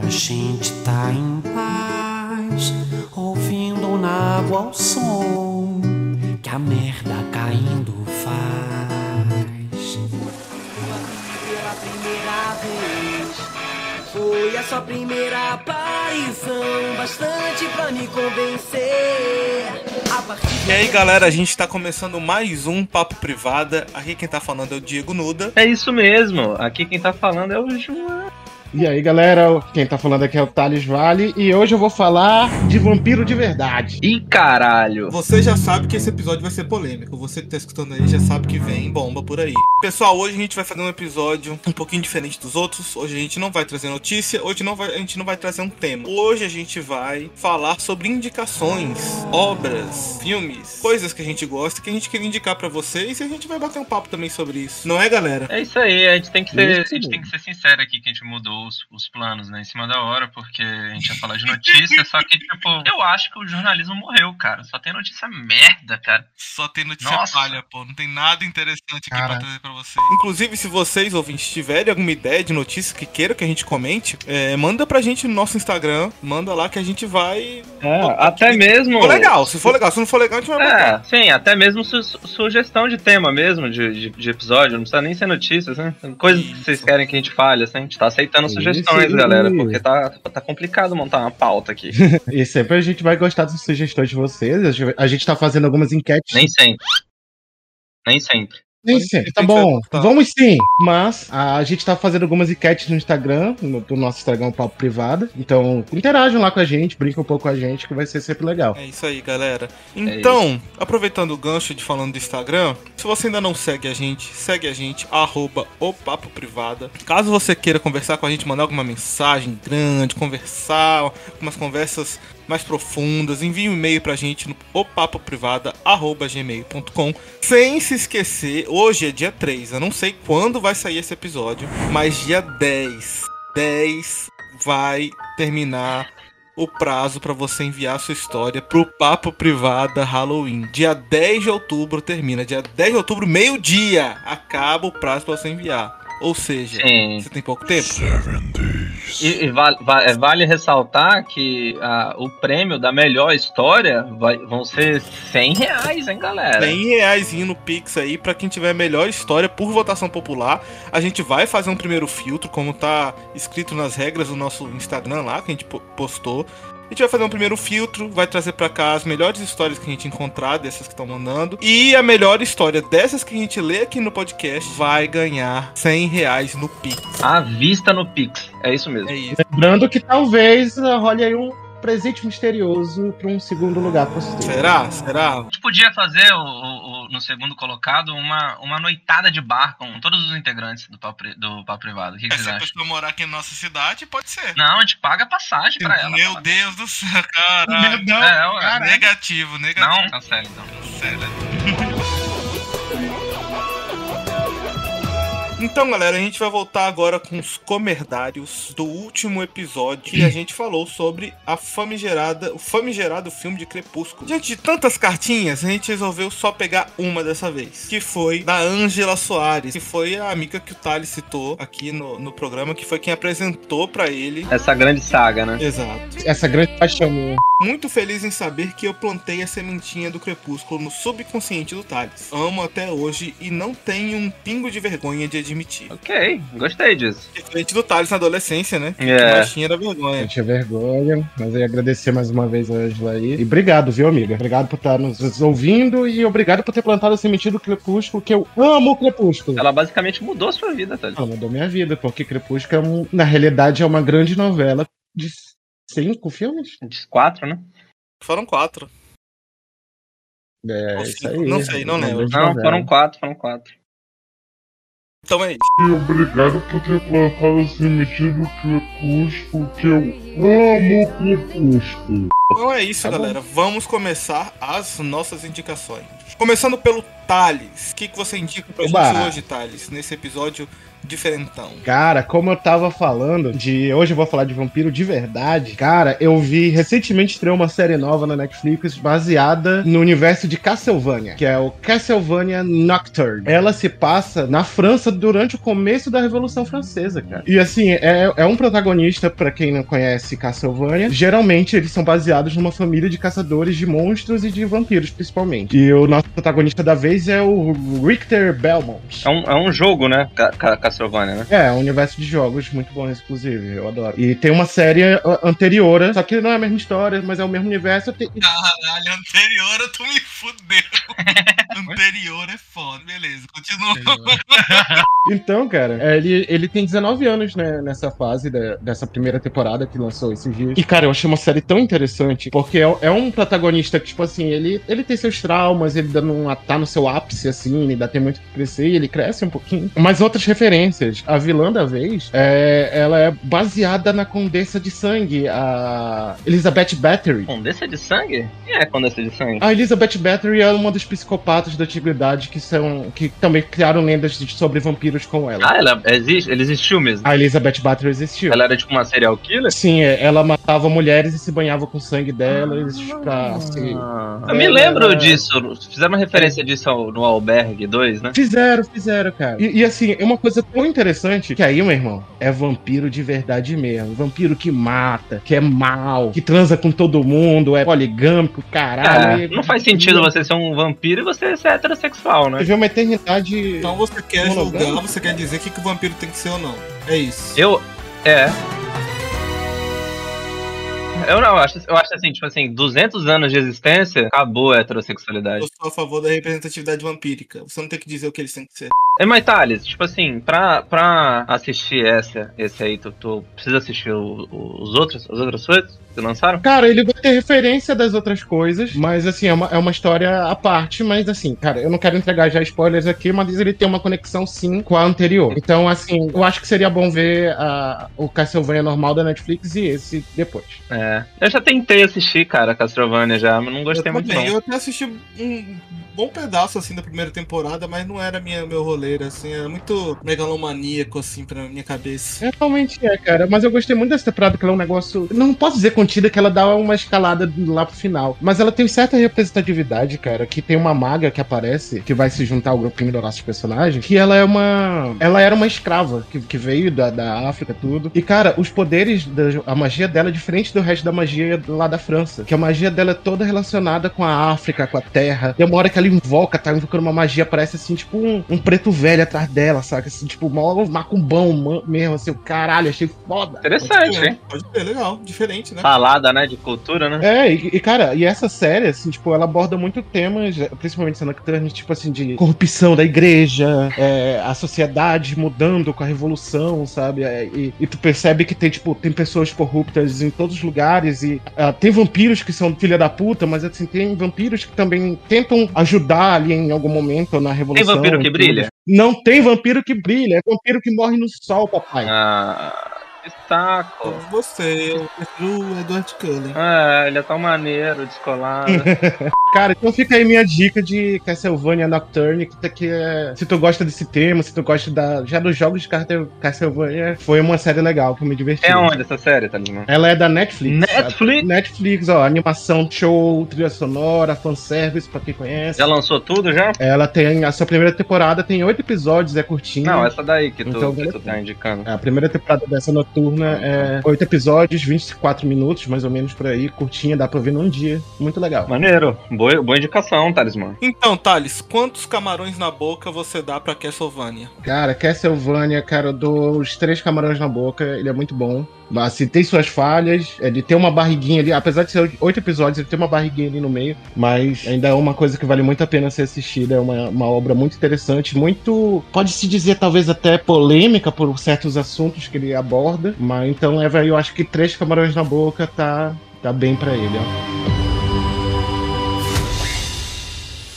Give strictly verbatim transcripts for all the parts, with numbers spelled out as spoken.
a gente tá em paz, ouvindo na água o som que a merda caindo faz. Pela primeira vez, foi a sua primeira aparição, bastante pra me convencer. A partir E aí galera, a gente tá começando mais um Papo Privada. Aqui quem tá falando é o Diego Nuda. É isso mesmo, aqui quem tá falando é o João. E aí galera, quem tá falando aqui é o Thales Vale e hoje eu vou falar de vampiro de verdade. Ih, caralho! Você já sabe que esse episódio vai ser polêmico. Você que tá escutando aí já sabe que vem bomba por aí. Pessoal, hoje a gente vai fazer um episódio um pouquinho diferente dos outros. Hoje a gente não vai trazer notícia, hoje não vai, a gente não vai trazer um tema. Hoje a gente vai falar sobre indicações, obras, filmes, coisas que a gente gosta, que a gente queria indicar pra vocês, e a gente vai bater um papo também sobre isso. Não é, galera? É isso aí, a gente tem que ser, Isso. a gente tem que ser sincero aqui, que a gente mudou os, os planos, né, em cima da hora, porque a gente ia falar de notícia, só que, tipo, eu acho que o jornalismo morreu, cara. Só tem notícia merda, cara. Só tem notícia Nossa. falha, pô. Não tem nada interessante aqui Cara. pra trazer pra vocês. Inclusive, se vocês, ouvintes, tiverem alguma ideia de notícia que queiram que a gente comente, é, manda pra gente no nosso Instagram. Manda lá que a gente vai... É, botar até aqui. mesmo... Se for legal, se for legal. Se não for legal, a gente vai botar. É, sim, até mesmo su- sugestão de tema mesmo, de, de, de episódio, não precisa nem ser notícias, né? Coisas que vocês querem que a gente fale, assim, a gente tá aceitando Isso, sugestões, isso. galera, porque tá, tá complicado montar uma pauta aqui. E sempre a gente vai gostar das sugestões de vocês. A gente- A gente tá fazendo algumas enquetes. Nem sempre. Nem sempre. Nem Nem sempre, sempre tá a gente vai bom. gostar. Vamos sim. Mas a gente tá fazendo algumas enquetes no Instagram, no, do nosso Instagram Papo Privado. Então interajam lá com a gente, brinquem um pouco com a gente, que vai ser sempre legal. É isso aí, galera. Então, aproveitando o gancho de falando do Instagram, se você ainda não segue a gente, segue a gente, arroba o Papo Privada. Caso você queira conversar com a gente, mandar alguma mensagem grande, conversar, umas conversas mais profundas, envie um e-mail pra gente no opapoprivada arroba gmail ponto com. Sem se esquecer, hoje é dia três, eu não sei quando vai sair esse episódio, mas dia dez, dez vai terminar o prazo para você enviar sua história pro Papo Privada Halloween. Dia dez de outubro termina. Dia dez de outubro, meio-dia, acaba o prazo para você enviar. Ou seja, Sim. você tem pouco tempo? E, e vale, va- vale ressaltar que ah, o prêmio da melhor história vai- vão ser cem reais, hein, galera? cem reais no Pix aí pra quem tiver a melhor história por votação popular. A gente vai fazer um primeiro filtro, como tá escrito nas regras do nosso Instagram lá, que a gente po- postou. A gente vai fazer um primeiro filtro, vai trazer pra cá as melhores histórias que a gente encontrar, dessas que estão mandando. E a melhor história dessas que a gente lê aqui no podcast vai ganhar cem reais no Pix. À vista no Pix. É isso mesmo. É isso. Lembrando que talvez ah, role aí um presente misterioso pra um segundo lugar pra você. Será? Será? A gente podia fazer, o, o- o- no segundo colocado, uma, uma noitada de bar com todos os integrantes do Papo, Pri- do Papo Privado. O que, que É, vocês se a acham? pessoa morar aqui na nossa cidade, pode ser. Não, a gente paga passagem pra ela. Meu tá? Deus do céu, caralho. Não, É, ué. caralho. Negativo, negativo. Não? Cancela então. Sério. Então, galera, a gente vai voltar agora com os comentários do último episódio que a gente falou sobre a famigerada, o famigerado filme de Crepúsculo. Diante de tantas cartinhas, a gente resolveu só pegar uma dessa vez, que foi da Ângela Soares, que foi a amiga que o Thales citou aqui no, no programa, que foi quem apresentou pra ele. Essa grande saga, né? Exato. Essa grande paixão minha. Muito feliz em saber que eu plantei a sementinha do Crepúsculo no subconsciente do Thales. Amo até hoje e não tenho um pingo de vergonha de admitir. Ok, gostei disso. Diferente do Thales na adolescência, né? Que É. mais tinha era vergonha. Eu tinha vergonha, mas eu ia agradecer mais uma vez a Angela aí. E obrigado, viu, amiga? Obrigado por estar nos ouvindo e obrigado por ter plantado a sementinha do Crepúsculo, que eu amo o Crepúsculo. Ela basicamente mudou a sua vida, tá? Ela mudou minha vida, porque Crepúsculo, é um, na realidade, é uma grande novela de cinco filmes? De quatro, né? Foram quatro. É, Ou isso cinco, aí. não sei, não Uma lembro. grande Não, novela. foram quatro, foram quatro. Então é isso. E obrigado por ter plantado a sementinha do Crepúsculo, que eu amo Crepúsculo. Então é isso, Tá bom. galera. Vamos começar as nossas indicações. Começando pelo Thales. O que, que você indica pra Oba. gente hoje, Thales? Nesse episódio diferentão. Cara, como eu tava falando de... Hoje eu vou falar de vampiro de verdade. Cara, eu vi... Recentemente estreou uma série nova na Netflix baseada no universo de Castlevania, que é o Castlevania Nocturne. Ela se passa na França durante o começo da Revolução Francesa, cara. E assim, é, é um protagonista, pra quem não conhece Castlevania. Geralmente eles são baseados numa família de caçadores de monstros e de vampiros, principalmente. E o nosso protagonista da vez é o Richter Belmont. É um, é um jogo, né? Ca- ca- Castlevania, né? É, um universo de jogos muito bom, inclusive, eu adoro. E tem uma série uh, anterior, só que não é a mesma história, mas é o mesmo universo. Tem... Caralho, anterior tu me fudeu. Anterior é foda, beleza, continua. Então, cara, é, ele, ele tem dezenove anos, né, nessa fase da- dessa primeira temporada que lançou esses dias. E, cara, eu achei uma série tão interessante, porque é, é um protagonista que, tipo assim, ele, ele tem seus traumas, ele ainda não tá no seu ápice, assim, ele ainda tem muito que crescer, e ele cresce um pouquinho. Mas outras referências. A vilã da vez, é, ela é baseada na Condessa de Sangue, a Elizabeth Bathory. Condessa de sangue? Quem é Condessa de sangue? A Elizabeth Bathory é uma dos psicopatas da antiguidade que são que também criaram lendas de- sobre vampiros com ela. Ah, ela existe, ele existiu mesmo. A Elizabeth Bathory existiu. Ela era tipo uma serial killer? Sim, é, ela matava mulheres e se banhava com o sangue delas pra se... Ah, eu me lembro disso. Fizeram uma referência disso ao- no Albergue dois, né? Fizeram, fizeram, cara. E, e, assim, é uma coisa tão interessante que aí, meu irmão, é vampiro de verdade mesmo. Vampiro que mata, que é mau, que transa com todo mundo, é poligâmico, caralho. É, não faz sentido você ser um vampiro e você ser heterossexual, né? Viver uma eternidade... Então você quer monogâmica. julgar, você quer dizer o que, que o vampiro tem que ser ou não. É isso. Eu. É. Eu não, eu acho, eu acho assim, tipo assim, duzentos anos de existência, acabou a heterossexualidade. Eu sou a favor da representatividade vampírica. Você não tem que dizer o que eles têm que ser. É, mas Thales, tipo assim, pra, pra assistir essa, esse aí, tu, tu precisa assistir o- o- os outros, as outras coisas que lançaram? Cara, ele vai ter referência das outras coisas, mas assim, é uma, é uma história à parte, mas assim, cara, eu não quero entregar já spoilers aqui, mas ele tem uma conexão sim com a anterior. Então, assim, eu acho que seria bom ver a- o Castlevania normal da Netflix e esse depois. É. Eu já tentei assistir, cara, Castlevania já, mas não gostei eu muito também, não. eu até assisti um bom pedaço assim da primeira temporada, mas não era minha, meu rolê, assim, era muito megalomaníaco assim pra minha cabeça. É, realmente é, cara, mas eu gostei muito dessa temporada, que ela é um negócio, não posso dizer contida, que ela dá uma escalada lá pro final, mas ela tem certa representatividade, cara, que tem uma maga que aparece, que vai se juntar ao grupinho dos nossos personagens, que ela é uma, ela era uma escrava, que, que veio da, da África, tudo, e cara, os poderes, da, a magia dela é diferente do resto da magia lá da França, que a magia dela é toda relacionada com a África, com a terra. Tem uma hora que ela invoca, tá invocando uma magia, parece assim, tipo um, um preto velho atrás dela, saca? Assim, tipo, mó macumbão ma- mesmo, assim, o caralho, achei foda. Interessante, É, hein? pode ser, legal, diferente, né? Salada, né, de cultura, né? É, e, e, cara, e essa série, assim, tipo, ela aborda muito temas, principalmente essa Nocturne, tipo assim, de corrupção da igreja, é, a sociedade mudando com a revolução, sabe? É, e, e tu percebe que tem, tipo, tem pessoas corruptas em todos os lugares e ah, tem vampiros que são filha da puta, mas assim, tem vampiros que também tentam ajudar ali em algum momento na revolução. Tem vampiro que e tudo. brilha? Não tem vampiro que brilha, é vampiro que morre no sol, papai. Ah, que saco. Eu gostei, eu prefiro o Edward Cullen. Ah, ele é tão maneiro, descolado. Cara, então fica aí minha dica de Castlevania Nocturne, que, tá- que é, se tu gosta desse tema, se tu gosta da, já dos jogos de Castel- Castlevania, foi uma série legal que eu me diverti. É onde essa série, Talismã? Ela é da Netflix. Netflix? Netflix, ó, animação, show, trilha sonora, fanservice, pra quem conhece. Já lançou tudo já? Ela tem, a sua primeira temporada tem oito episódios, é curtinha. Não, essa daí que tu, Então, que vale tu a tá pena. indicando. A primeira temporada dessa noturna é oito episódios, vinte e quatro minutos, mais ou menos por aí, curtinha, dá pra ver num dia. Muito legal. Maneiro. Boa, boa indicação, Talismã. Então, Thales, quantos camarões na boca você dá pra Castlevania? Cara, Castlevania, cara, eu dou os três camarões na boca, ele é muito bom. Mas assim, tem suas falhas, ele tem uma barriguinha ali, apesar de ser oito episódios, ele tem uma barriguinha ali no meio, mas ainda é uma coisa que vale muito a pena ser assistida, é uma, uma obra muito interessante, muito, pode-se dizer talvez até polêmica por certos assuntos que ele aborda, mas então Eva, eu acho que três camarões na boca tá, tá bem pra ele, ó.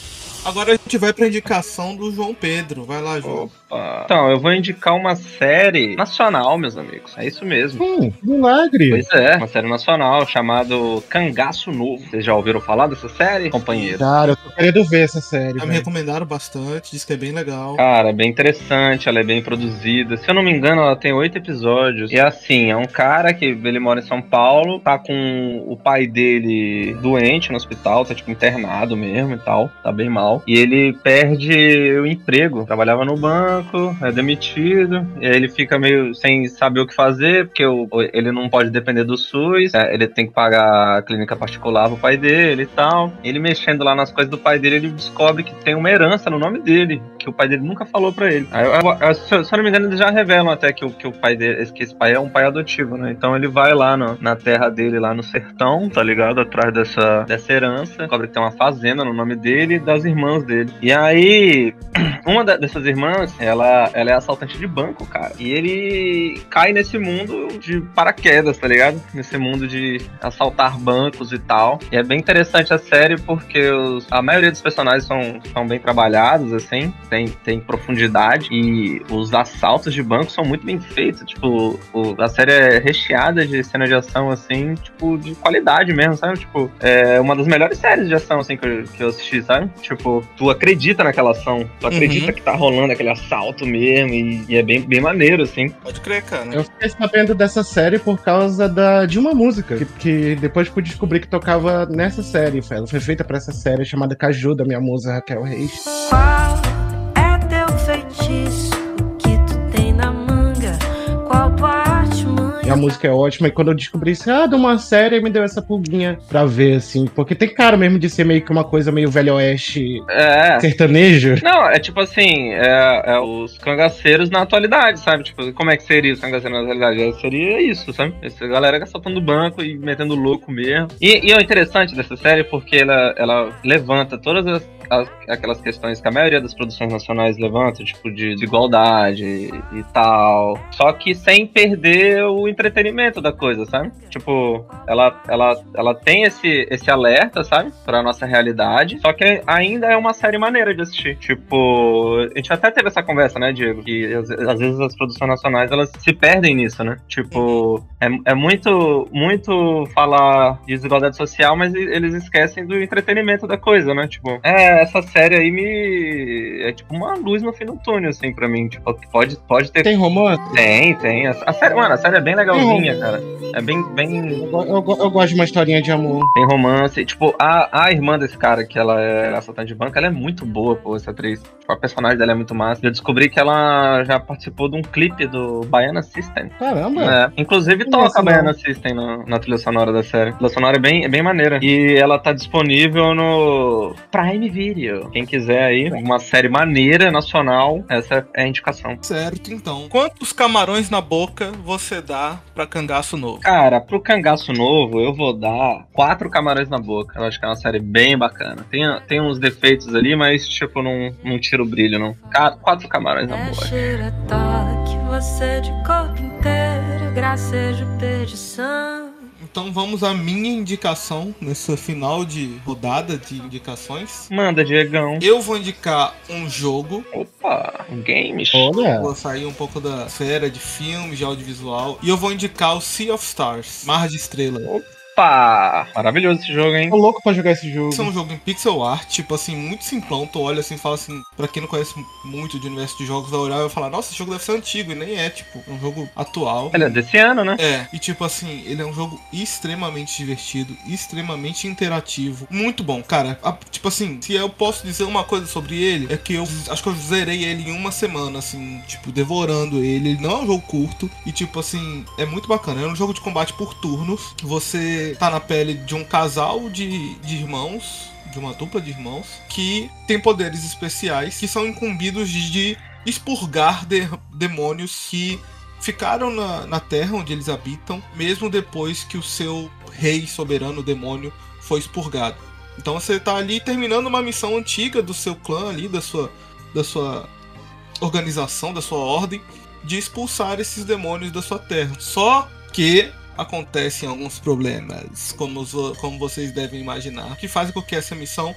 Agora a gente vai pra indicação do João Pedro. Vai lá, João. Opa. Então, eu vou indicar uma série nacional, meus amigos. É isso mesmo. Hum, milagre. Pois é, uma série nacional chamada Cangaço Novo. Vocês já ouviram falar dessa série, companheiro? Cara, eu tô querendo ver essa série. Já me recomendaram bastante, diz que é bem legal. Cara, é bem interessante, ela é bem produzida. Se eu não me engano, ela tem oito episódios. E assim, é um cara que ele mora em São Paulo, tá com o pai dele doente no hospital, tá tipo internado mesmo e tal, tá bem mal. E ele perde o emprego, trabalhava no banco, é demitido, e aí ele fica meio sem saber o que fazer, porque o, ele não pode depender do SUS, é, ele tem que pagar a clínica particular pro pai dele e tal. Ele mexendo lá nas coisas do pai dele, ele descobre que tem uma herança no nome dele, que o pai dele nunca falou pra ele. Aí, eu, eu, se eu não me engano, eles já revelam até que o, que o pai dele, que esse pai é um pai adotivo, né? Então ele vai lá no, na terra dele, lá no sertão, tá ligado? Atrás dessa, dessa herança, descobre que tem uma fazenda no nome dele e das irmãs dele. E aí, uma da, dessas irmãs, ela, ela é assaltante de banco, cara. E ele cai nesse mundo de paraquedas, tá ligado? Nesse mundo de assaltar bancos e tal. E é bem interessante a série porque os, a maioria dos personagens são, são bem trabalhados, assim, tem, tem profundidade. E os assaltos de banco são muito bem feitos. Tipo, o, a série é recheada de cena de ação, assim, tipo, de qualidade mesmo, sabe? Tipo, é uma das melhores séries de ação, assim, que eu, que eu assisti, sabe? Tipo, tu acredita naquela ação, tu acredita uhum. que tá rolando aquele assalto mesmo, e, e é bem, bem maneiro, assim. Pode crer, cara. Eu fiquei sabendo dessa série por causa da, de uma música, que, que depois pude descobrir que tocava nessa série. Ela foi feita pra essa série chamada Caju, da minha musa Raquel Reis. Qual é teu feitiço? O que tu tem na manga? Qual tua arte, mãe? E a música é ótima, e quando eu descobri isso, ah, de uma série, me deu essa pulguinha pra ver, assim, porque tem cara mesmo de ser meio que uma coisa meio velho oeste é. sertanejo. Não, é tipo assim, é, é os cangaceiros na atualidade, sabe? Tipo, como é que seria os cangaceiros na atualidade? É, seria isso, sabe? Essa galera assaltando o banco e metendo louco mesmo. E, e é interessante dessa série porque ela, ela levanta todas as As, aquelas questões que a maioria das produções nacionais levanta, tipo de desigualdade e tal, só que sem perder o entretenimento da coisa, sabe? Tipo, ela, ela, ela tem esse, esse alerta, sabe? Pra nossa realidade, só que ainda é uma série maneira de assistir. Tipo, a gente até teve essa conversa, né, Diego? Que às, às vezes as produções nacionais, elas se perdem nisso, né? Tipo, é, é muito, muito falar de desigualdade social, mas eles esquecem do entretenimento da coisa, né? Tipo, é, essa série aí me... é tipo uma luz no fim do túnel, assim, pra mim. Tipo, pode, pode ter... Tem romance? Tem, tem. A, a série, mano, a série é bem legalzinha, cara. É bem... bem... Eu, eu, eu gosto de uma historinha de amor. Tem romance. Tipo, a, a irmã desse cara, que ela é assaltante de banco, ela é muito boa, pô, essa atriz. Tipo, a personagem dela é muito massa. Eu descobri que ela já participou de um clipe do Baiana System. Caramba! É. Inclusive toca a Baiana System na, na trilha sonora da série. A trilha sonora é bem, é bem maneira. E ela tá disponível no Prime Video. Quem quiser aí, uma série maneira, nacional, essa é a indicação. Certo, então. Quantos camarões na boca você dá pra Cangaço Novo? Cara, pro Cangaço Novo, eu vou dar quatro camarões na boca. Eu acho que é uma série bem bacana. Tem, tem uns defeitos ali, mas, tipo, não, não tira o brilho, não. Quatro camarões na boca. Que você de corpo inteiro, gracejo, perdição. Então vamos à minha indicação nessa final de rodada de indicações. Manda, Diegão. Eu vou indicar um jogo. Opa, um games. Olha. Vou sair um pouco da esfera de filmes, de audiovisual. E eu vou indicar o Sea of Stars, Mar de Estrelas. Opa. Opa! Maravilhoso esse jogo, hein? Tô louco pra jogar esse jogo. Esse é um jogo em pixel art, tipo assim, muito simplão. Tu olha assim e fala assim, pra quem não conhece muito de universo de jogos, vai olhar e vai falar, nossa, esse jogo deve ser antigo. E nem é, tipo, é um jogo atual. Ele é desse ano, né? É, e tipo assim, ele é um jogo extremamente divertido, extremamente interativo. Muito bom, cara. A, tipo assim, se eu posso dizer uma coisa sobre ele, é que eu acho que eu zerei ele em uma semana, assim, tipo, devorando ele. Ele não é um jogo curto e, tipo assim, é muito bacana. É um jogo de combate por turnos. Você tá na pele de um casal de, de irmãos, de uma dupla de irmãos, que tem poderes especiais, que são incumbidos de expurgar de, demônios que ficaram na, na terra onde eles habitam, mesmo depois que o seu rei soberano, demônio, foi expurgado. Então você tá ali terminando uma missão antiga do seu clã ali, da sua, da sua organização, da sua ordem, de expulsar esses demônios da sua terra. Só que acontecem alguns problemas, como, como vocês devem imaginar, que fazem com que essa missão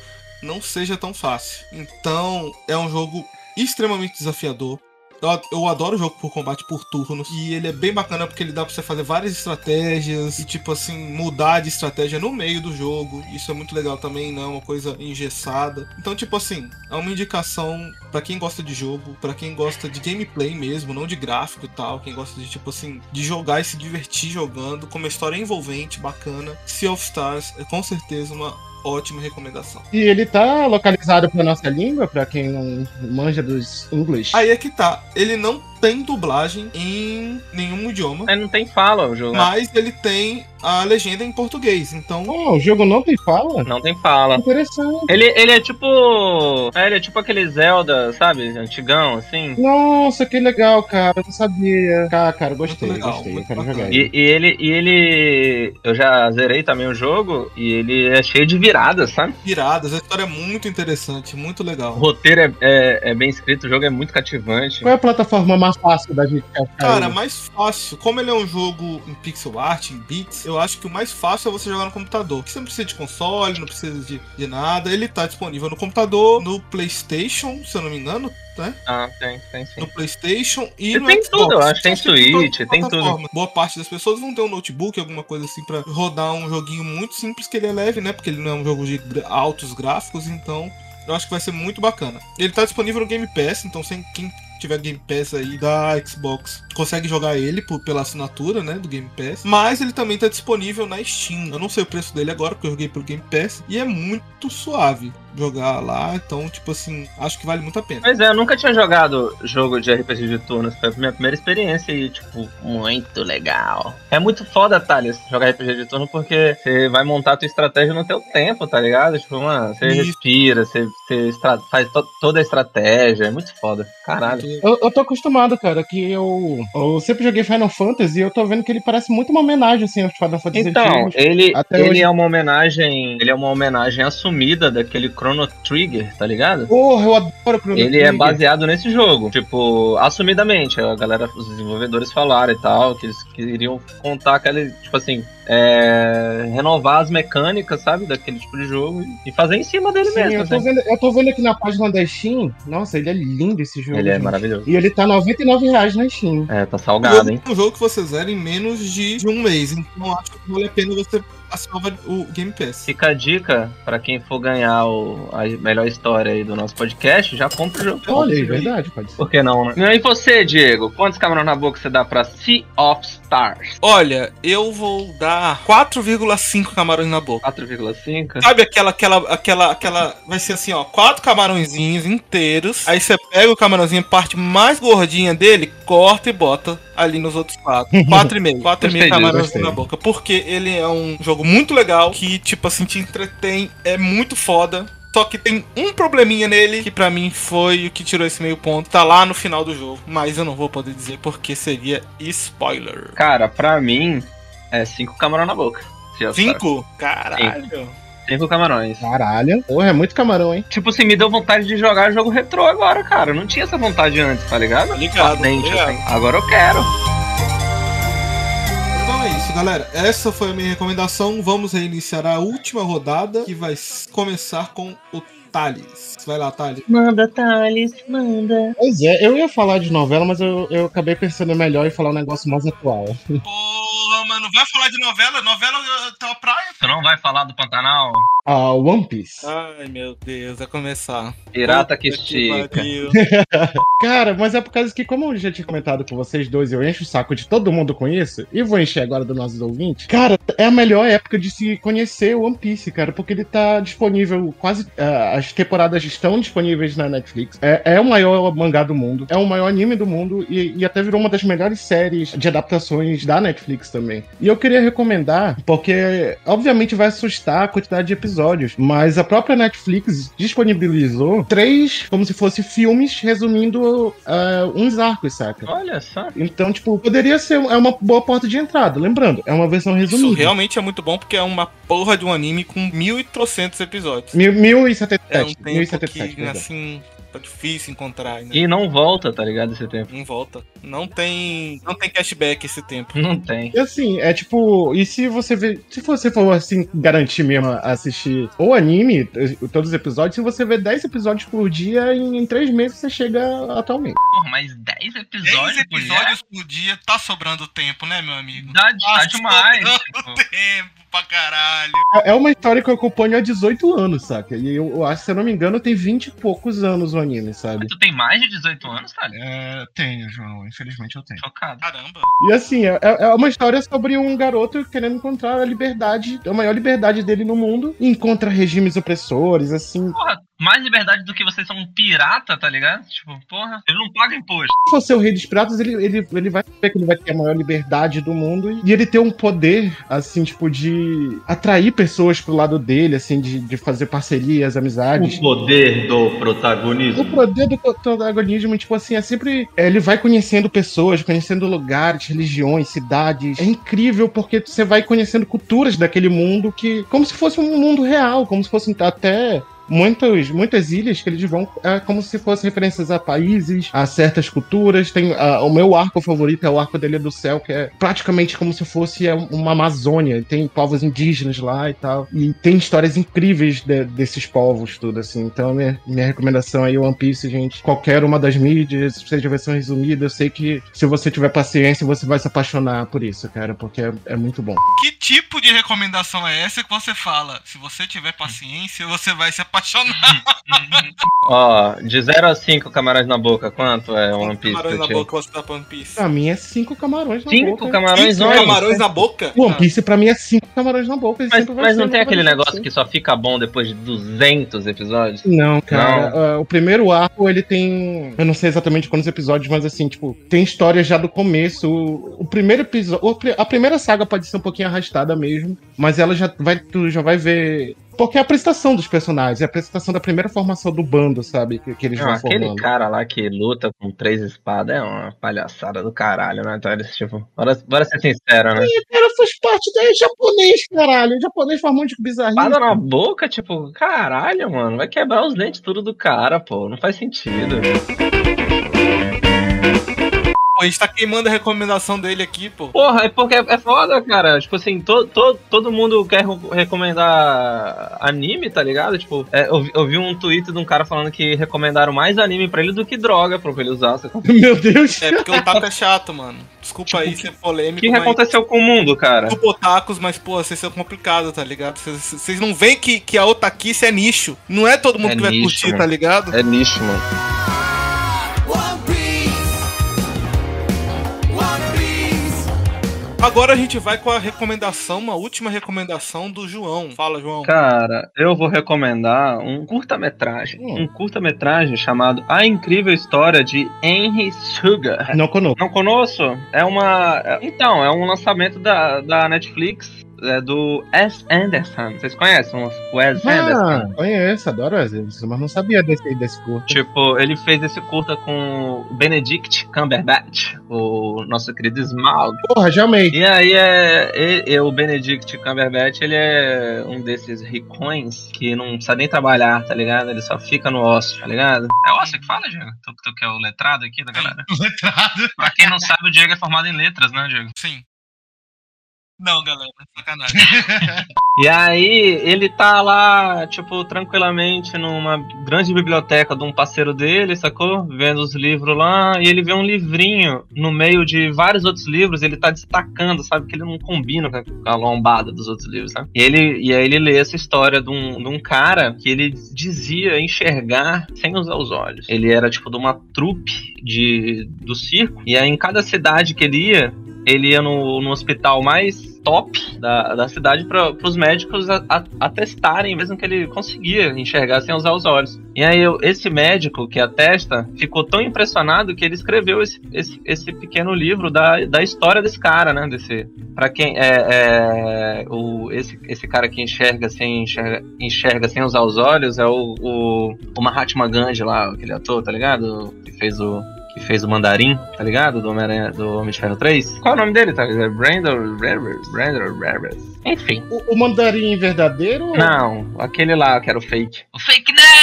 não seja tão fácil. Então, é um jogo extremamente desafiador. Eu, eu adoro o jogo por combate por turnos. E ele é bem bacana porque ele dá pra você fazer várias estratégias. E tipo assim, mudar de estratégia no meio do jogo. Isso é muito legal também, não é uma coisa engessada. Então tipo assim, é uma indicação pra quem gosta de jogo, pra quem gosta de gameplay mesmo, não de gráfico e tal. Quem gosta de tipo assim, de jogar e se divertir jogando, com uma história envolvente, bacana. Sea of Stars é com certeza uma ótima recomendação. E ele tá localizado pra nossa língua, pra quem não manja dos inglês. Aí é que tá, ele não tem dublagem em nenhum idioma. Aí não tem fala o jogo. Mas ele tem a legenda em português, então... Oh, o jogo não tem fala? Não tem fala. Interessante. Ele, ele é tipo... É, ele é tipo aquele Zelda, sabe? Antigão, assim. Nossa, que legal, cara. Eu não sabia. Cara, cara, gostei, Muito legal, gostei. Eu muito quero bacana. jogar E, ele. e ele... E ele... Eu já zerei também o jogo e ele é cheio de viradas, sabe? Viradas, a história é muito interessante, muito O legal. roteiro é, é, é bem escrito, o jogo é muito cativante. Qual é a plataforma mais fácil da gente achar Cara, ele? mais fácil, como ele é um jogo em pixel art, em bits, eu acho que o mais fácil é você jogar no computador. Porque você não precisa de console, não precisa de, de nada. Ele tá disponível no computador, no PlayStation, se eu não me engano, né? Ah, tem, tem sim. No PlayStation e E no tem Xbox. tudo, eu acho. Tem Acho que todas Switch, as tem tudo. plataformas. Boa parte das pessoas vão ter um notebook, alguma coisa assim, pra rodar um joguinho muito simples, que ele é leve, né? Porque ele não é um jogo de gra- altos gráficos, então eu acho que vai ser muito bacana. Ele tá disponível no Game Pass, então sem quem tiver Game Pass aí da Xbox consegue jogar ele por, pela assinatura, né, do Game Pass. Mas ele também tá disponível na Steam. Eu não sei o preço dele agora, porque eu joguei pelo Game Pass. E é muito suave jogar lá, então, tipo assim, acho que vale muito a pena. Pois é, eu nunca tinha jogado jogo de R P G de turnos. Foi a minha primeira experiência e, tipo, muito legal. É muito foda, Thales, jogar R P G de turno, porque você vai montar a tua estratégia no teu tempo, tá ligado? Tipo, mano, você Isso. respira, você, você estra- faz to- toda a estratégia. É muito foda. Caralho. Eu, eu tô acostumado, cara, que eu, eu sempre joguei Final Fantasy e eu tô vendo que ele parece muito uma homenagem, assim, aos Final Fantasy Então, antigos. ele, Até ele hoje- é uma homenagem. Ele é uma homenagem assumida daquele Chrono Trigger, tá ligado? Porra, eu adoro o Chrono Ele é Trigger. baseado nesse jogo, tipo, assumidamente, a galera, os desenvolvedores falaram e tal, que eles queriam contar aquele, tipo assim, é, renovar as mecânicas, sabe, daquele tipo de jogo e fazer em cima dele Sim, mesmo, eu tô, assim. vendo, eu tô vendo aqui na página da Steam. Nossa, ele é lindo esse jogo. Ele é gente. maravilhoso. E ele tá noventa e nove reais na Steam. É, tá salgado, hein? É um jogo que você zera em menos de, de um mês, então acho que vale a pena você assinar o Game Pass. Fica a dica pra quem for ganhar o, a melhor história aí do nosso podcast, já compra o jogo. Olha aí, Compra. verdade, pode ser. Por que não, né? E você, Diego? Quantos camarões na boca você dá pra Sea of Stars? Olha, eu vou dar quatro vírgula cinco camarões na boca. quatro vírgula cinco? Sabe aquela, aquela, aquela, aquela. Vai ser assim, ó, quatro camarõezinhos inteiros. Aí você pega o camarãozinho, a parte mais gordinha dele, corta e bota ali nos outros quatro. Quatro e meio. Quatro e meio Gostei disso, camarões gostei. na boca. Porque ele é um jogo muito legal, que, tipo assim, te entretém, é muito foda. Só que tem um probleminha nele, que pra mim foi o que tirou esse meio ponto. Tá lá no final do jogo, mas eu não vou poder dizer porque seria spoiler. Cara, pra mim, é cinco camarões na boca. Sea of Stars. Cinco? Caralho. Cinco camarões. Caralho. Porra, é muito camarão, hein? Tipo assim, me deu vontade de jogar jogo retrô agora, cara. Eu não tinha essa vontade antes, tá ligado? Tá ligado, Ardente, tá ligado. assim. Agora eu quero. Então é isso, galera. Essa foi a minha recomendação. Vamos reiniciar a última rodada, que vai s- começar com o Thales. Vai lá, Thales. Manda, Thales, manda. Pois é, eu ia falar de novela, mas eu, eu acabei pensando melhor em falar um negócio mais atual. Porra, mano, vai falar de novela? Novela tá uma praia. Tu não vai falar do Pantanal? Ah, One Piece. Ai, meu Deus, vai começar. Pirata que Puta estica. pariu. Cara, mas é por causa que, como eu já tinha comentado com vocês dois, eu encho o saco de todo mundo com isso, e vou encher agora dos nossos ouvintes. Cara, é a melhor época de se conhecer o One Piece, cara, porque ele tá disponível quase. ah, as temporadas estão disponíveis na Netflix. É, é o maior mangá do mundo, é o maior anime do mundo, e, e até virou uma das melhores séries de adaptações da Netflix também. E eu queria recomendar, porque obviamente vai assustar a quantidade de episódios, mas a própria Netflix disponibilizou três, como se fossem filmes, resumindo ah, uns arcos, saca? Olha só. Então, tipo, poderia ser é uma boa porta de entrada. Lembrando, é uma versão Isso resumida. realmente é muito bom porque é uma porra de um anime com mil e trocentos episódios. Mil, mil e setenta e É um sete. Mil e tempo setenta e sete, que, perdão. assim, Tá difícil encontrar ainda. E não volta, tá ligado, esse tempo. Não volta. Não tem. Não tem cashback esse tempo. Não tem. E assim, é tipo, e se você vê, se você for assim, garantir mesmo assistir o anime, todos os episódios, se você vê dez episódios por dia, em, em três meses você chega atualmente. Porra, mas dez episódios, dez episódios por dia tá sobrando tempo, né, meu amigo? Dá, tá demais. Sobrando Tipo. tempo pra caralho. É uma história que eu acompanho há dezoito anos, saca? E eu, eu acho, se eu não me engano, tem vinte e poucos anos o anime, sabe? Tu tem mais de dezoito anos, cara? É, tenho, João. Infelizmente eu tenho. Chocado. Caramba. E assim, é, é uma história sobre um garoto querendo encontrar a liberdade, a maior liberdade dele no mundo, e encontra regimes opressores, assim. Porra, mais liberdade do que vocês são um pirata, tá ligado? Tipo, porra, ele não paga imposto. Se for ser o rei dos piratas, ele, ele, ele vai ver que ele vai ter a maior liberdade do mundo, e ele tem um poder, assim, tipo, de atrair pessoas pro lado dele, assim, de, de fazer parcerias, amizades. O poder do protagonismo. O poder do protagonismo, tipo assim, é sempre. Ele vai conhecendo pessoas, conhecendo lugares, religiões, cidades. É incrível porque você vai conhecendo culturas daquele mundo que. Como se fosse um mundo real, como se fosse até. Muitas, muitas ilhas que eles vão é como se fossem referências a países, a certas culturas. Tem a, o meu arco favorito é o arco da Ilha do Céu, que é praticamente como se fosse uma Amazônia. Tem povos indígenas lá e tal. E tem histórias incríveis de, desses povos, tudo assim. Então, minha, minha recomendação aí é One Piece, gente. Qualquer uma das mídias, seja a versão resumida, eu sei que se você tiver paciência, você vai se apaixonar por isso, cara, porque é, é muito bom. Que tipo de recomendação é essa que você fala? Se você tiver paciência, você vai se apaixonar. Ó, de zero a cinco camarões na boca, quanto é One Piece? Camarões na pra ti? boca você dá pra One Piece. Pra mim é cinco camarões na Cinco boca. camarões, Cinco olha. camarões na boca? One Piece pra mim é cinco camarões na boca. e Mas, sempre vai mas ser, não tem nunca aquele vai deixar de negócio ser. que só fica bom depois de duzentos episódios? Não, cara. ah, o primeiro arco, ele tem. Eu não sei exatamente quantos episódios, mas assim, tipo, tem história já do começo. O, o primeiro episódio. A primeira saga pode ser um pouquinho arrastada mesmo, mas ela já vai. Tu já vai ver. Porque é a apresentação dos personagens, é a apresentação da primeira formação do bando, sabe? Que, que eles Não, vão aquele formando. cara lá que luta com três espadas é uma palhaçada do caralho, né? Então, eles, tipo, bora, bora ser sincero, né? O cara faz parte da japonês, caralho. O japonês faz um monte de bizarrice. Espada na boca, tipo, caralho, mano, vai quebrar os dentes tudo do cara, pô, não faz sentido. Pô, a gente tá queimando a recomendação dele aqui, pô. Porra, é porque é foda, cara. Tipo assim, to, to, todo mundo quer recomendar anime, tá ligado? Tipo, é, eu, vi- eu vi um tweet de um cara falando que recomendaram mais anime pra ele do que droga pra ele usar. Você- O Meu Deus. É porque o otaku é chato, mano. Desculpa aí ser polêmico, que mas... aconteceu com o mundo, cara? Desculpa, otakus, mas, pô, vocês são complicados, tá ligado? Vocês- Vocês não veem que, que a otaquice é nicho. Não é todo mundo É que vai nicho, curtir, mano. tá ligado? É lixo, mano. Agora a gente vai com a recomendação, uma última recomendação do João. Fala, João. Cara, eu vou recomendar um curta-metragem. Hum. Um curta-metragem chamado A Incrível História de Henry Sugar. Não conosco. Não conosco? É uma. é- Então, é um lançamento da, da Netflix. É do Wes Anderson. Vocês conhecem o Wes Ah, Anderson? conheço, adoro as vezes, mas não sabia desse, desse curto. Tipo, ele fez esse curta com o Benedict Cumberbatch, o nosso querido Smaug. Porra, já amei. E aí é, e- e o Benedict Cumberbatch, ele é um desses ricões que não precisa nem trabalhar, tá ligado? Ele só fica no ócio, tá ligado? É ócio que fala, Diego? Tu, tu que é o letrado aqui da galera? Letrado. Pra quem não sabe, o Diego é formado em letras, né, Diego? Sim. Não, galera, sacanagem. E aí, ele tá lá, tipo, tranquilamente numa grande biblioteca de um parceiro dele, sacou? Vendo os livros lá, e ele vê um livrinho no meio de vários outros livros, ele tá destacando, sabe? Que ele não combina com a lombada dos outros livros, sabe? E, ele, e aí ele lê essa história de um, de um cara que ele dizia enxergar sem usar os olhos. Ele era, tipo, de uma trupe de, do circo, e aí em cada cidade que ele ia, ele ia no, no hospital mais top da, da cidade para os médicos a- a- atestarem mesmo que ele conseguia enxergar sem usar os olhos. E aí eu- esse médico que atesta ficou tão impressionado que ele escreveu esse, esse, esse pequeno livro da, da história desse cara, né? Desse, para quem é, é o, esse, esse cara que enxerga sem, enxerga, enxerga sem usar os olhos é o, o, o Mahatma Gandhi lá, aquele ator, tá ligado? Que fez o que fez o Mandarim, tá ligado? Do Homem-Aranha, do Homem de Ferro três. Qual é o nome dele, tá? É Brandon Rivers, Brandon Rivers. Enfim. O, o mandarim verdadeiro? Não, aquele lá que era o fake. O fake nerd!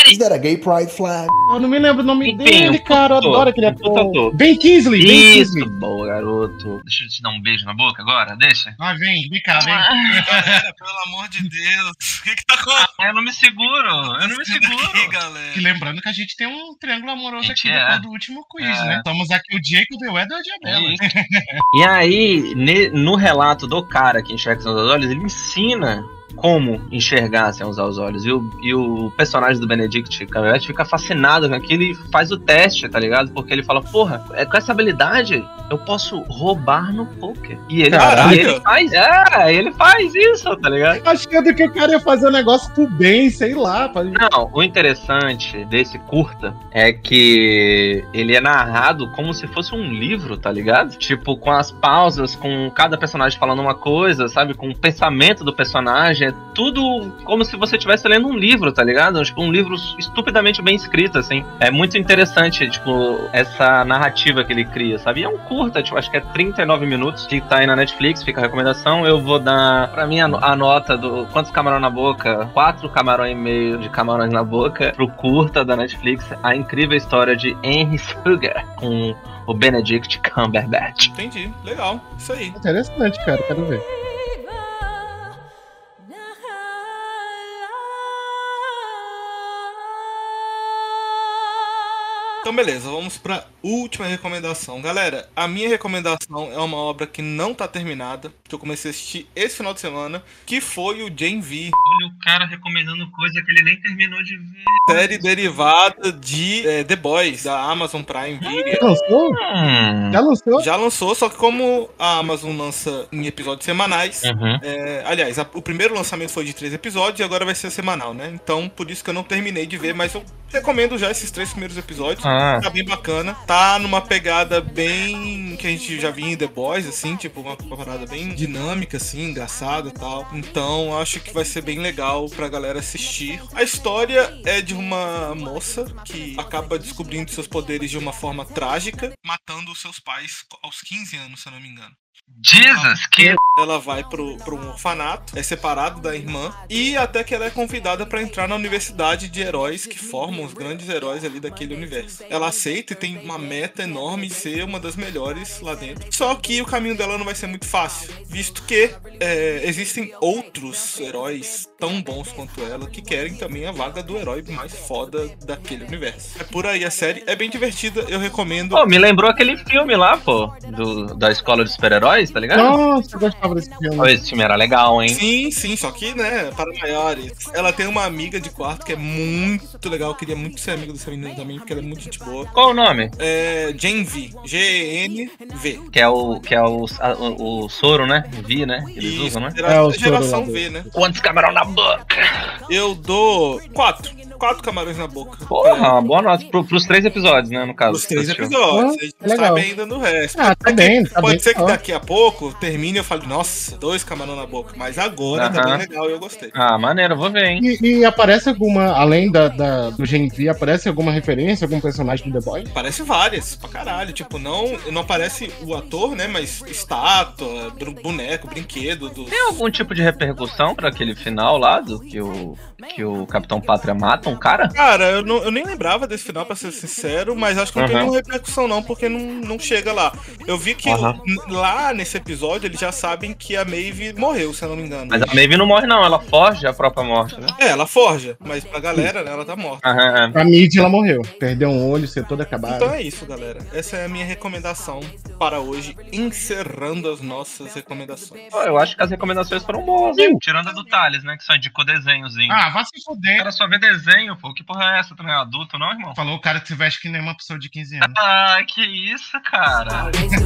série! Is that a gay pride flag? Eu não me lembro o nome Enfim, dele, o cara. Eu tutor, adoro aquele o ator. tutor. Ben Kingsley, Ben Isso, Kingsley. boa, garoto. Deixa eu te dar um beijo na boca agora, deixa. Ah, vem, vem cá, vem. Galera, pelo amor de Deus. O que que tá acontecendo Ah, eu não me seguro, eu não me seguro. aqui, galera? E lembrando que a gente tem um triângulo amoroso Gente, aqui é. depois do último quiz, É. né? Estamos aqui o Jacob, o Edward e a Bella. E aí, ne- no relato do cara que enxerga sem usar os olhos, ele ensina como enxergar sem usar os olhos. E o, e o personagem do Benedict Cumberbatch fica fascinado com aquilo e faz o teste, tá ligado? Porque ele fala, porra, é, com essa habilidade eu posso roubar no poker. E ele, Caraca. e ele faz, é, ele faz isso, tá ligado? Achando que o cara ia fazer um negócio pro bem, sei lá. Pra... Não, o interessante desse curta é que ele é narrado como se fosse um livro, tá ligado? Tipo, com as pausas, com cada personagem falando uma coisa, sabe? Com o pensamento do personagem. É tudo como se você estivesse lendo um livro, tá ligado? Tipo, um livro estupidamente bem escrito, assim. É muito interessante, tipo, essa narrativa que ele cria, sabe? E é um curta, tipo, acho que é trinta e nove minutos, que tá aí na Netflix, fica a recomendação. Eu vou dar, pra mim, a, a nota do quantos camarões na boca? Quatro camarões e meio de camarões na boca pro curta da Netflix, A Incrível História de Henry Sugar, com o Benedict Cumberbatch. Entendi. Legal. Isso aí. Interessante, cara, quero ver. Então, beleza, vamos pra última recomendação. Galera, a minha recomendação é uma obra que não tá terminada, que eu comecei a assistir esse final de semana, que foi o Gen V, Olha o cara recomendando coisa que ele nem terminou de ver. série derivada de é, The Boys, da Amazon Prime Video. Já lançou? Hum. Já lançou? Já lançou, só que como a Amazon lança em episódios semanais, Uhum. é, aliás, a- o primeiro lançamento foi de três episódios e agora vai ser semanal, né? Então, por isso que eu não terminei de ver, mas eu recomendo já esses três primeiros episódios. Ah. Tá bem bacana. Tá numa pegada bem que a gente já viu em The Boys, assim, tipo, uma, uma parada bem dinâmica, assim, engraçada e tal. Então, acho que vai ser bem legal pra galera assistir. A história é de uma moça que acaba descobrindo seus poderes de uma forma trágica, matando os seus pais aos quinze anos, se eu não me engano. Jesus, que Ela vai pro, pro um orfanato, é separado da irmã, e até que ela é convidada pra entrar na universidade de heróis que formam os grandes heróis ali daquele universo. Ela aceita e tem uma meta enorme de ser uma das melhores lá dentro. Só que o caminho dela não vai ser muito fácil, visto que é, existem outros heróis tão bons quanto ela que querem também a vaga do herói mais foda daquele universo. É por aí, a série é bem divertida, eu recomendo. Pô, me lembrou aquele filme lá, pô, do, da escola de super-heróis, tá ligado? Nossa, eu gostava desse filme. Pô, esse filme era legal, hein? Sim, sim, só que, né, para maiores. Ela tem uma amiga de quarto que é muito legal. Eu queria muito ser amiga dessa menina também, porque ela é muito gente boa. Qual o nome? É Gen V. G E N V. Que é o, que é o, a- o, o soro, né? Vi, né? Que eles E usam, né? gera- É, o geração soro lá V, né? Quantos camarão na boca? Eu dou quatro. Quatro camarões na boca. Porra, uma boa nota pro, pros três episódios, né? No caso. Os três Assistiu. episódios. Ah, A gente não legal. sabe ainda no resto. Ah, tá bem, tá Pode bem. ser que Ó. daqui a pouco termine e eu fale, nossa, dois camarão na boca. Mas agora tá Aham. bem legal e eu gostei. Ah, maneiro, vou ver, hein? E, e aparece alguma, além da, da- do Gen V, aparece alguma referência, algum personagem do The Boys? Parece várias, pra caralho. Tipo, não, não aparece o ator, né? Mas estátua, bru- boneco, brinquedo. Dos... Tem algum tipo de repercussão pra aquele final lá do que o, que o Capitão Pátria mata um cara? Cara, eu, não, eu nem lembrava desse final, pra ser sincero, mas acho que não tem Aham. nenhuma repercussão, não, porque não, não chega lá. Eu vi que Aham. n- lá nesse episódio eles já sabem que a Maeve morreu, se eu não me engano. Mas a Maeve não morre, não. Ela foge a própria morte, né? É, ela forja, mas pra galera, né, ela tá morta. Aham. A Mid, ela morreu. Perdeu um olho, ser toda acabada. Então é isso, galera. Essa é a minha recomendação para hoje, encerrando as nossas recomendações. Pô, eu acho que as recomendações foram boas, hein? Tirando a do Thales, né? Que só indicou desenhozinho. Ah, vai se O fuder. cara só vê desenho, pô. Que porra é essa? Tu não é adulto, não, irmão? Falou o cara que se veste que nem uma pessoa de quinze anos. Ah, que isso, cara. All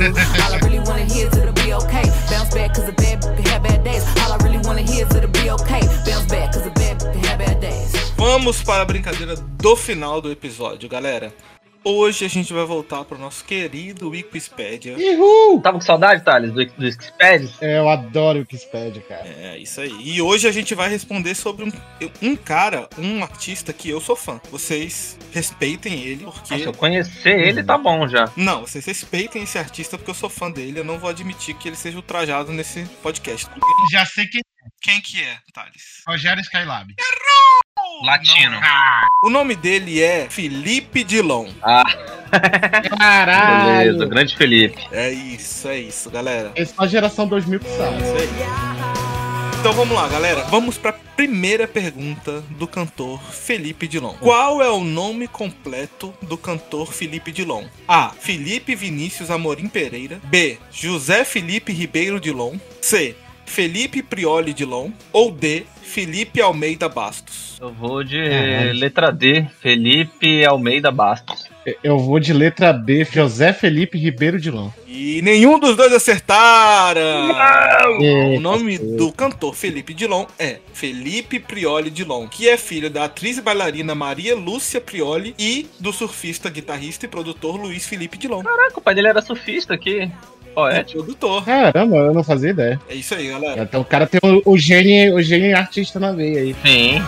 I really wanna hear is it'll be okay. Bounce back cause a bad bitch can have bad days. All I really wanna hear is it'll be okay. Bounce back cause a bad bitch can have bad days. Vamos para a brincadeira do final do episódio, galera. Hoje a gente vai voltar para o nosso querido Wikipedia. Uhul! Tava com saudade, Thales, do, do Xped? É, eu adoro o Wikipedia, cara. É, isso aí. E hoje a gente vai responder sobre um, um cara, um artista que eu sou fã. Vocês respeitem ele, porque... Se eu conhecer ele, tá bom já. Não, vocês respeitem esse artista porque eu sou fã dele. Eu não vou admitir que ele seja ultrajado nesse podcast. Já sei quem Quem que é, Thales? é. Rogério Skylab. Latino. O nome dele é Felipe Dilon. Ah, Caralho! beleza. Grande Felipe. É isso, é isso, galera. É só a geração dois mil que sabe. Isso aí. Então vamos lá, galera. Vamos para a primeira pergunta do cantor Felipe Dilon. Qual é o nome completo do cantor Felipe Dilon? A. Felipe Vinícius Amorim Pereira. B. José Felipe Ribeiro Dilon. C. Felipe Prioli Dilon. Ou D. Felipe Almeida Bastos. Eu vou de Caralho. letra D, Felipe Almeida Bastos. Eu vou de letra B, José Felipe Ribeiro Dilon. E nenhum dos dois acertaram! Eita, O nome porra. do cantor Felipe Dilon é Felipe Prioli Dilon, que é filho da atriz e bailarina Maria Lúcia Prioli e do surfista, guitarrista e produtor Luiz Felipe Dilon. Caraca, o pai dele era surfista aqui. É Poético. produtor. Caramba, eu não fazia ideia. É isso aí, galera. Então o cara tem o, o gênio, o gênio artista na veia aí. Sim.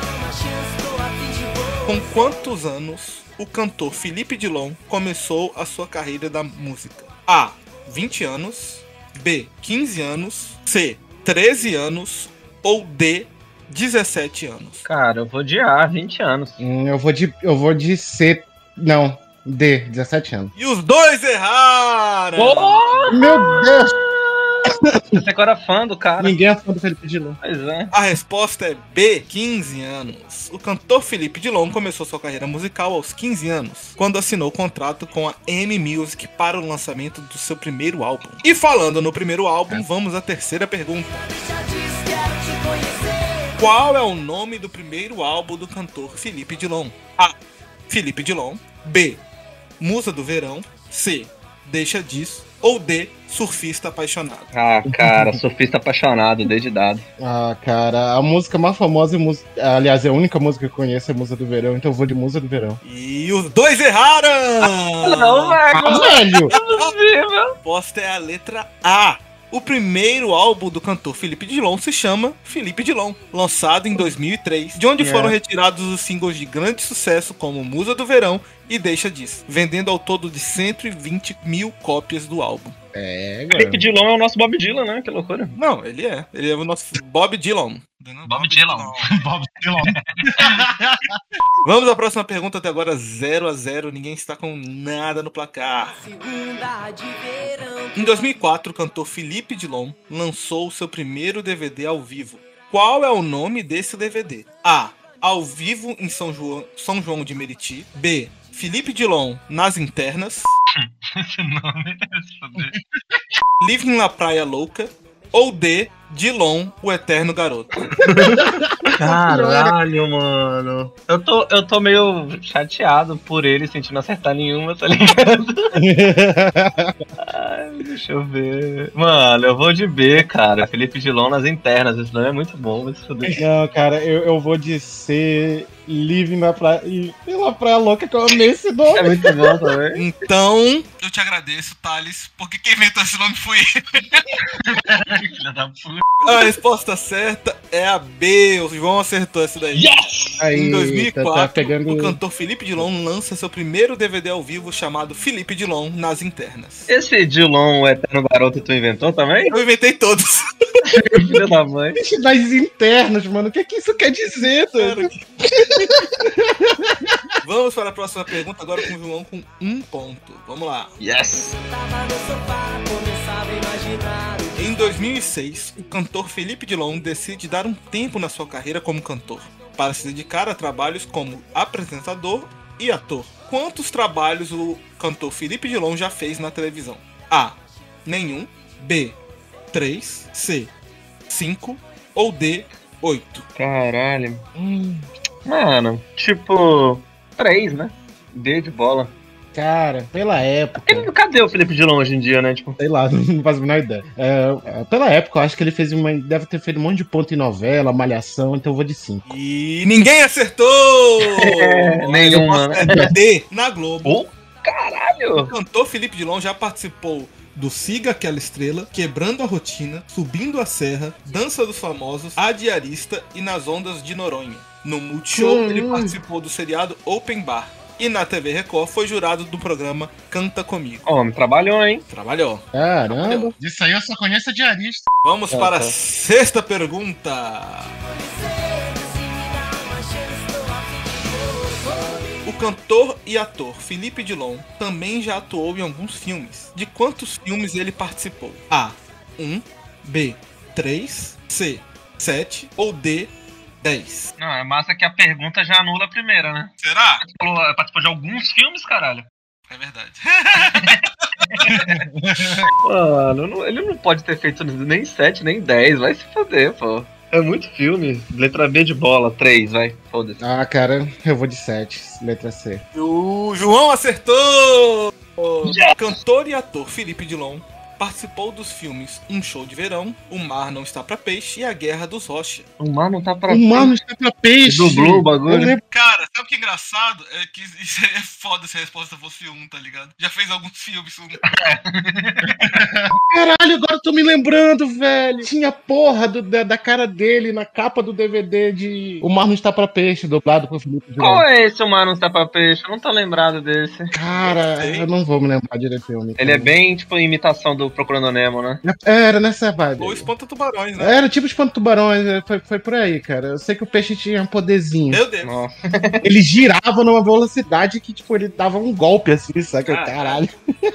Com quantos anos o cantor Felipe Dilon começou a sua carreira da música? A. vinte anos. B. quinze anos. C. treze anos. Ou D. dezessete anos. Cara, eu vou de A, vinte anos. Hum, eu vou de. Eu vou de C. Não, D, dezessete anos. E os dois erraram! Meu Deus! Você agora é fã do cara. Ninguém é fã do Felipe Dilon. Pois é. A resposta é B, quinze anos. O cantor Felipe Dilon começou sua carreira musical aos quinze anos, quando assinou contrato com a M Music para o lançamento do seu primeiro álbum. E falando no primeiro álbum, vamos à terceira pergunta. Qual é o nome do primeiro álbum do cantor Felipe Dilon? A. Felipe Dilon. B. Musa do Verão. C. Deixa Disso. Ou D. Surfista Apaixonado. Ah, cara, surfista apaixonado, desde dado. Ah, cara, a música mais famosa, e mus- aliás, é a única música que eu conheço é Musa do Verão, então eu vou de Musa do Verão. E os dois erraram! Não, Ah, velho! velho. A resposta é a letra A. O primeiro álbum do cantor Felipe Dilon se chama Felipe Dilon, lançado em dois mil e três, de onde É. foram retirados os singles de grande sucesso como Musa do Verão e Deixa Disso, vendendo ao todo de cento e vinte mil cópias do álbum. É, Felipe cara. Dilon é o nosso Bob Dylan, né? Que loucura. Não, ele é. Ele é o nosso Bob Dylan. Bob Dylan. Bob Dylan. Vamos à próxima pergunta, até agora zero a zero, ninguém está com nada no placar. Em dois mil e quatro, o cantor Felipe Dilon lançou o seu primeiro D V D ao vivo. Qual é o nome desse D V D? A. Ao vivo em São João, São João de Meriti. B. Felipe Dilon nas internas. Esse nome é se foder. Living na Praia Louca. Ou D. Dilon, o Eterno Garoto. Caralho, mano. Eu tô, eu tô meio chateado por ele sem não acertar nenhuma, tá ligado? Ai, deixa eu ver. Mano, eu vou de B, cara. Felipe Dilon nas internas. Esse nome é muito bom. Vai se foder. Não, cara, eu, eu vou de C, Living na Praia. E pela Praia Louca que eu amei esse É nome. muito bom também. Então, eu te agradeço, Thales, porque quem inventou esse nome foi ele. Filha da puta. A resposta certa é a B. O João acertou essa daí. Aí, Em dois mil e quatro, tá pegando. o cantor Felipe Dilon lança seu primeiro D V D ao vivo chamado Felipe Dilon nas internas. Esse Dilon, o Eterno Garoto, tu inventou também? Eu inventei todos. Filho da mãe. Das internas, mano. O que, que isso quer dizer, doido? Vamos para a próxima pergunta agora com o João com um ponto. Vamos lá. Yes! Em dois mil e seis, o cantor Felipe Dilon decide dar um tempo na sua carreira como cantor, para se dedicar a trabalhos como apresentador e ator. Quantos trabalhos o cantor Felipe Dilon já fez na televisão? A. Nenhum. B. três. C. cinco. Ou D. oito. Caralho. Hum. Mano, tipo. Três, né? D de bola. Cara, pela época. Ele- Cadê o Felipe Dilon hoje em dia, né? Tipo. Sei lá, não faço a menor ideia. É, é, pela época, eu acho que ele fez uma. Deve ter feito um monte de ponto em novela, malhação, então eu vou de cinco. E ninguém acertou! É, nenhuma, A resposta é D. Na Globo. Oh, O caralho! cantor Felipe Dilon já participou do Siga Aquela Estrela, Quebrando a Rotina, Subindo a Serra, Dança dos Famosos, A Diarista e Nas Ondas de Noronha. No Multishow, ele participou do seriado Open Bar. E na T V Record foi jurado do programa Canta Comigo. Homem, trabalhou, hein? Trabalhou. Caramba. Disso aí eu só conheço a diarista. Vamos para a tá. sexta pergunta. cantor e ator Felipe Dilon também já atuou em alguns filmes. De quantos filmes ele participou? A. um, B. três, C. sete ou D. dez? Não, é massa que a pergunta já anula a primeira, né? Será? Você falou, é, participou de alguns filmes, caralho. É verdade. Mano, não- ele não pode ter feito nem sete, nem dez. Vai se foder, pô. É muito filme. Letra B de bola, três, vai. Foda-se. Ah, cara, eu vou de sete, letra C. O João acertou! O cantor e ator Felipe Dilon participou dos filmes Um Show de Verão, O Mar Não Está Pra Peixe e A Guerra dos Rocha. O mar não tá pra O mar não está pra peixe. Dublou o bagulho. Eu lembro- Cara, sabe o que é engraçado? É que isso é foda se a resposta fosse um, tá ligado? Já fez alguns filmes um. Caralho, agora eu tô me lembrando, velho. Tinha porra do- da, da cara dele na capa do D V D de O Mar Não Está Pra Peixe, dublado por Felipe Dilon. Qual é esse O Mar Não Está Pra Peixe? Eu não tô lembrado desse. Cara, Sei. eu não vou me lembrar direito do filme. Ele é bem, tipo, imitação do Procurando Nemo, né? Era nessa vibe. Ou Espanta Tubarões, né? Era tipo espanto tubarões, é, foi, foi por aí, cara. Eu sei que o peixe tinha um poderzinho. Meu Deus. Nossa. Ele girava numa velocidade que, tipo, ele dava um golpe assim, saca? Ah, Caralho.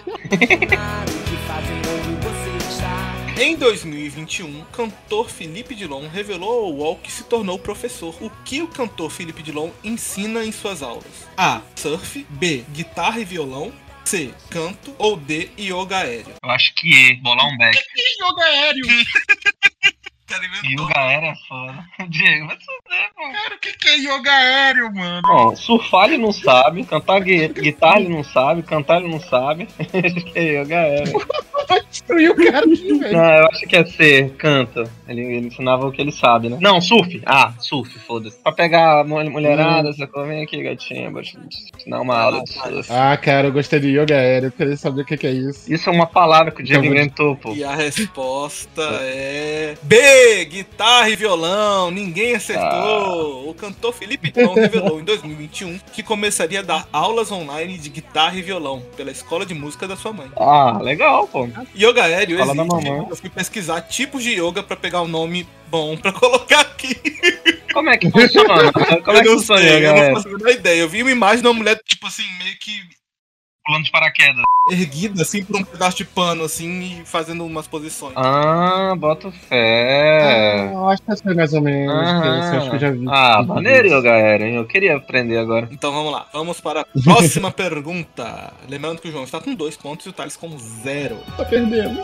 Em dois mil e vinte e um, o cantor Felipe Dilon revelou ao U O L que se tornou professor. O que o cantor Felipe Dilon ensina em suas aulas? A. Surf. B. Guitarra e violão. C. Canto. Ou D. Yoga aéreo. Eu acho que E, bolar um back. Yoga aéreo. Cara, inventou. Yoga aéreo é foda. Diego, vai se fuder, pô. Cara, o que, que é yoga aéreo, mano? Ó, surfar ele não sabe, cantar gui- guitarra ele não sabe, cantar ele não sabe. Acho que é yoga aéreo. Vai destruir o cara aqui, velho. Não, eu acho que é C, canta. Ele, ele ensinava o que ele sabe, né? Não, surf. Ah, surf, foda-se. Pra pegar a mul- mulherada, Hum. sacou? Vem aqui, gatinha, vou te ensinar uma aula de surf. Ah, cara, eu gostei de yoga aéreo. Eu queria saber o que, que é isso. Isso é uma palavra que o Diego Eu vou- inventou, pô. E a resposta é B, guitarra e violão. Ninguém acertou. O cantor Felipe Dilon revelou em dois mil e vinte e um que começaria a dar aulas online de guitarra e violão pela escola de música da sua mãe. Ah, legal, pô. Yoga aéreo Fala da existe. mamãe. Eu fui pesquisar tipos de yoga pra pegar um nome bom pra colocar aqui. Como é que funciona? Como é que eu não funciona, sei, eu não galera? faço a menor ideia. Eu vi uma imagem de uma mulher, tipo assim, meio que Pulando de paraquedas. erguida, assim, por um pedaço de pano, assim, e fazendo umas posições. Ah, boto Ah, fé. eu acho que foi mais ou menos. Aham. Esse eu acho que eu já vi. Ah, maneiro, yoga aéreo, hein? Eu queria aprender agora. Então vamos lá, vamos para a próxima pergunta. Lembrando que o João está com dois pontos e o Thales com zero. Tá perdendo.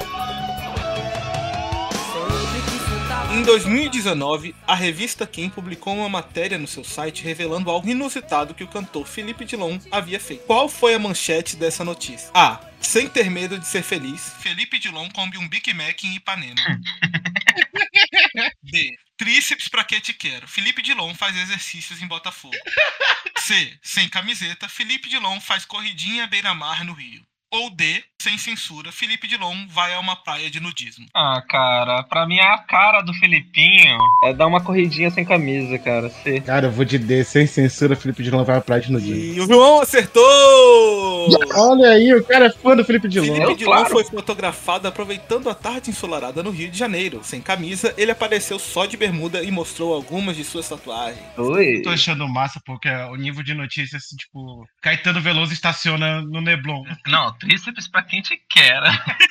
Em dois mil e dezenove, a revista Quem publicou uma matéria no seu site revelando algo inusitado que o cantor Felipe Dilon havia feito. Qual foi a manchete dessa notícia? A. Sem ter medo de ser feliz, Felipe Dilon come um Big Mac em Ipanema. B. Tríceps pra que te quero. Felipe Dilon faz exercícios em Botafogo. C. Sem camiseta, Felipe Dilon faz corridinha à beira-mar no Rio. Ou D. Sem censura, Felipe Dilon vai a uma praia de nudismo. Ah, cara, pra mim a cara do Felipinho é dar uma corridinha sem camisa, cara. C. Cara, eu vou de D, sem censura, Felipe Dilon vai pra praia no dia. E o João acertou! Olha aí, o cara é fã do Felipe Dilon. Felipe Eu, Dilon claro. foi fotografado aproveitando a tarde ensolarada no Rio de Janeiro. Sem camisa, ele apareceu só de bermuda e mostrou algumas de suas tatuagens. Oi. Tô achando massa, porque o nível de notícias, assim, tipo, Caetano Veloso estaciona no Neblon. Não, tríceps pra quem te quer.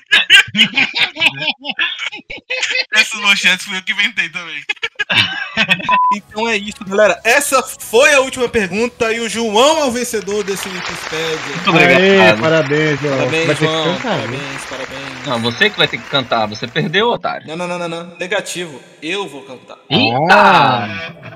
Essas manchetes fui eu que inventei também. Então é isso, galera. Essa foi a última pergunta e o João é o vencedor desse Wikipedia. Muito obrigado. Aê, parabéns, João. Parabéns, Vai ter que João. cantar, né? Parabéns, parabéns. Não, você que vai ter que cantar. Você perdeu, otário. Não, não, não, não, não. Negativo. Eu vou cantar. Ah,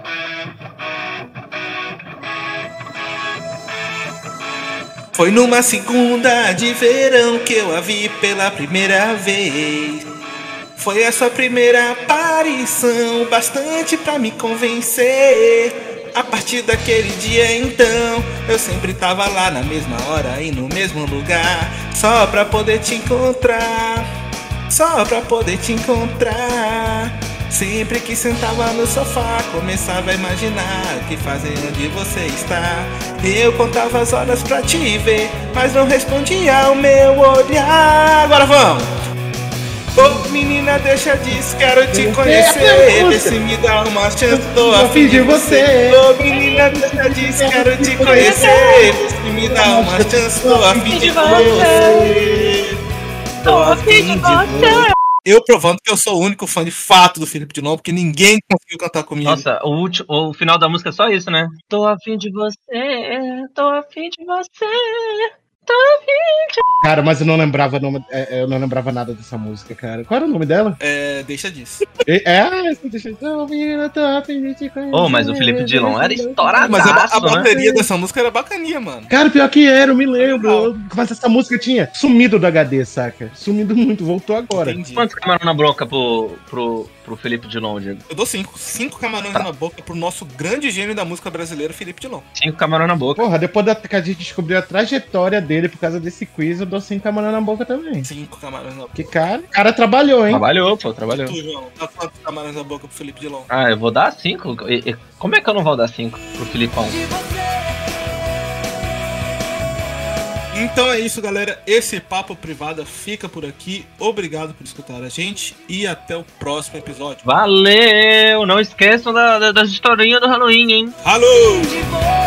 Foi numa segunda de verão que eu a vi pela primeira vez. Foi a sua primeira aparição, bastante pra me convencer. A partir daquele dia então, eu sempre tava lá na mesma hora e no mesmo lugar, só pra poder te encontrar, só pra poder te encontrar. Sempre que sentava no sofá, começava a imaginar o que fazer onde você está. Eu contava as horas pra te ver, mas não respondia ao meu olhar. Agora vamos! Ô menina, deixa disso, quero te conhecer. Vê se me dá uma chance, tô a fim de você. Ô menina, deixa disso, quero te conhecer. Vê se me dá uma chance, tô a fim de você. Tô a fim de você. Eu provando que eu sou o único fã de fato do Felipe Dilon, porque ninguém conseguiu cantar comigo. Nossa, o, último, o final da música é só isso, né? Tô a fim de você, tô a fim de você. Cara, mas eu não lembrava nome, é, eu não lembrava nada dessa música, cara. Qual era o nome dela? É, deixa disso. É, é deixa eu tô ouvindo, tô a fim de te conhecer. Ô, mas o Felipe Dilon era estouradaço, Mas a, a né? bateria dessa música era bacaninha, mano. Cara, pior que era, eu me lembro. Mas essa música tinha sumido do H D, saca? Sumido muito, voltou agora. Entendi. Quantos camarão na boca pro, pro, pro Felipe Dilon, Diego? Eu dou cinco. Cinco camarões Tá. na boca pro nosso grande gênio da música brasileira, Felipe Dilon. Cinco camarão na boca. Porra, depois da, que a gente descobriu a trajetória dele por causa desse quiz, eu dou cinco camarão na boca também. Cinco camarões na boca. Que cara, o cara trabalhou, hein? Trabalhou, pô, trabalhou. Tu, João, dá quantos camarões na boca pro Felipe Dilon? Ah, eu vou dar cinco. E- e- Como é que eu não vou dar cinco pro Filipão? Então é isso, galera. Esse Papo Privada fica por aqui. Obrigado por escutar a gente e até o próximo episódio. Valeu! Não esqueçam da, da- das historinhas do Halloween, hein? Alô! De você.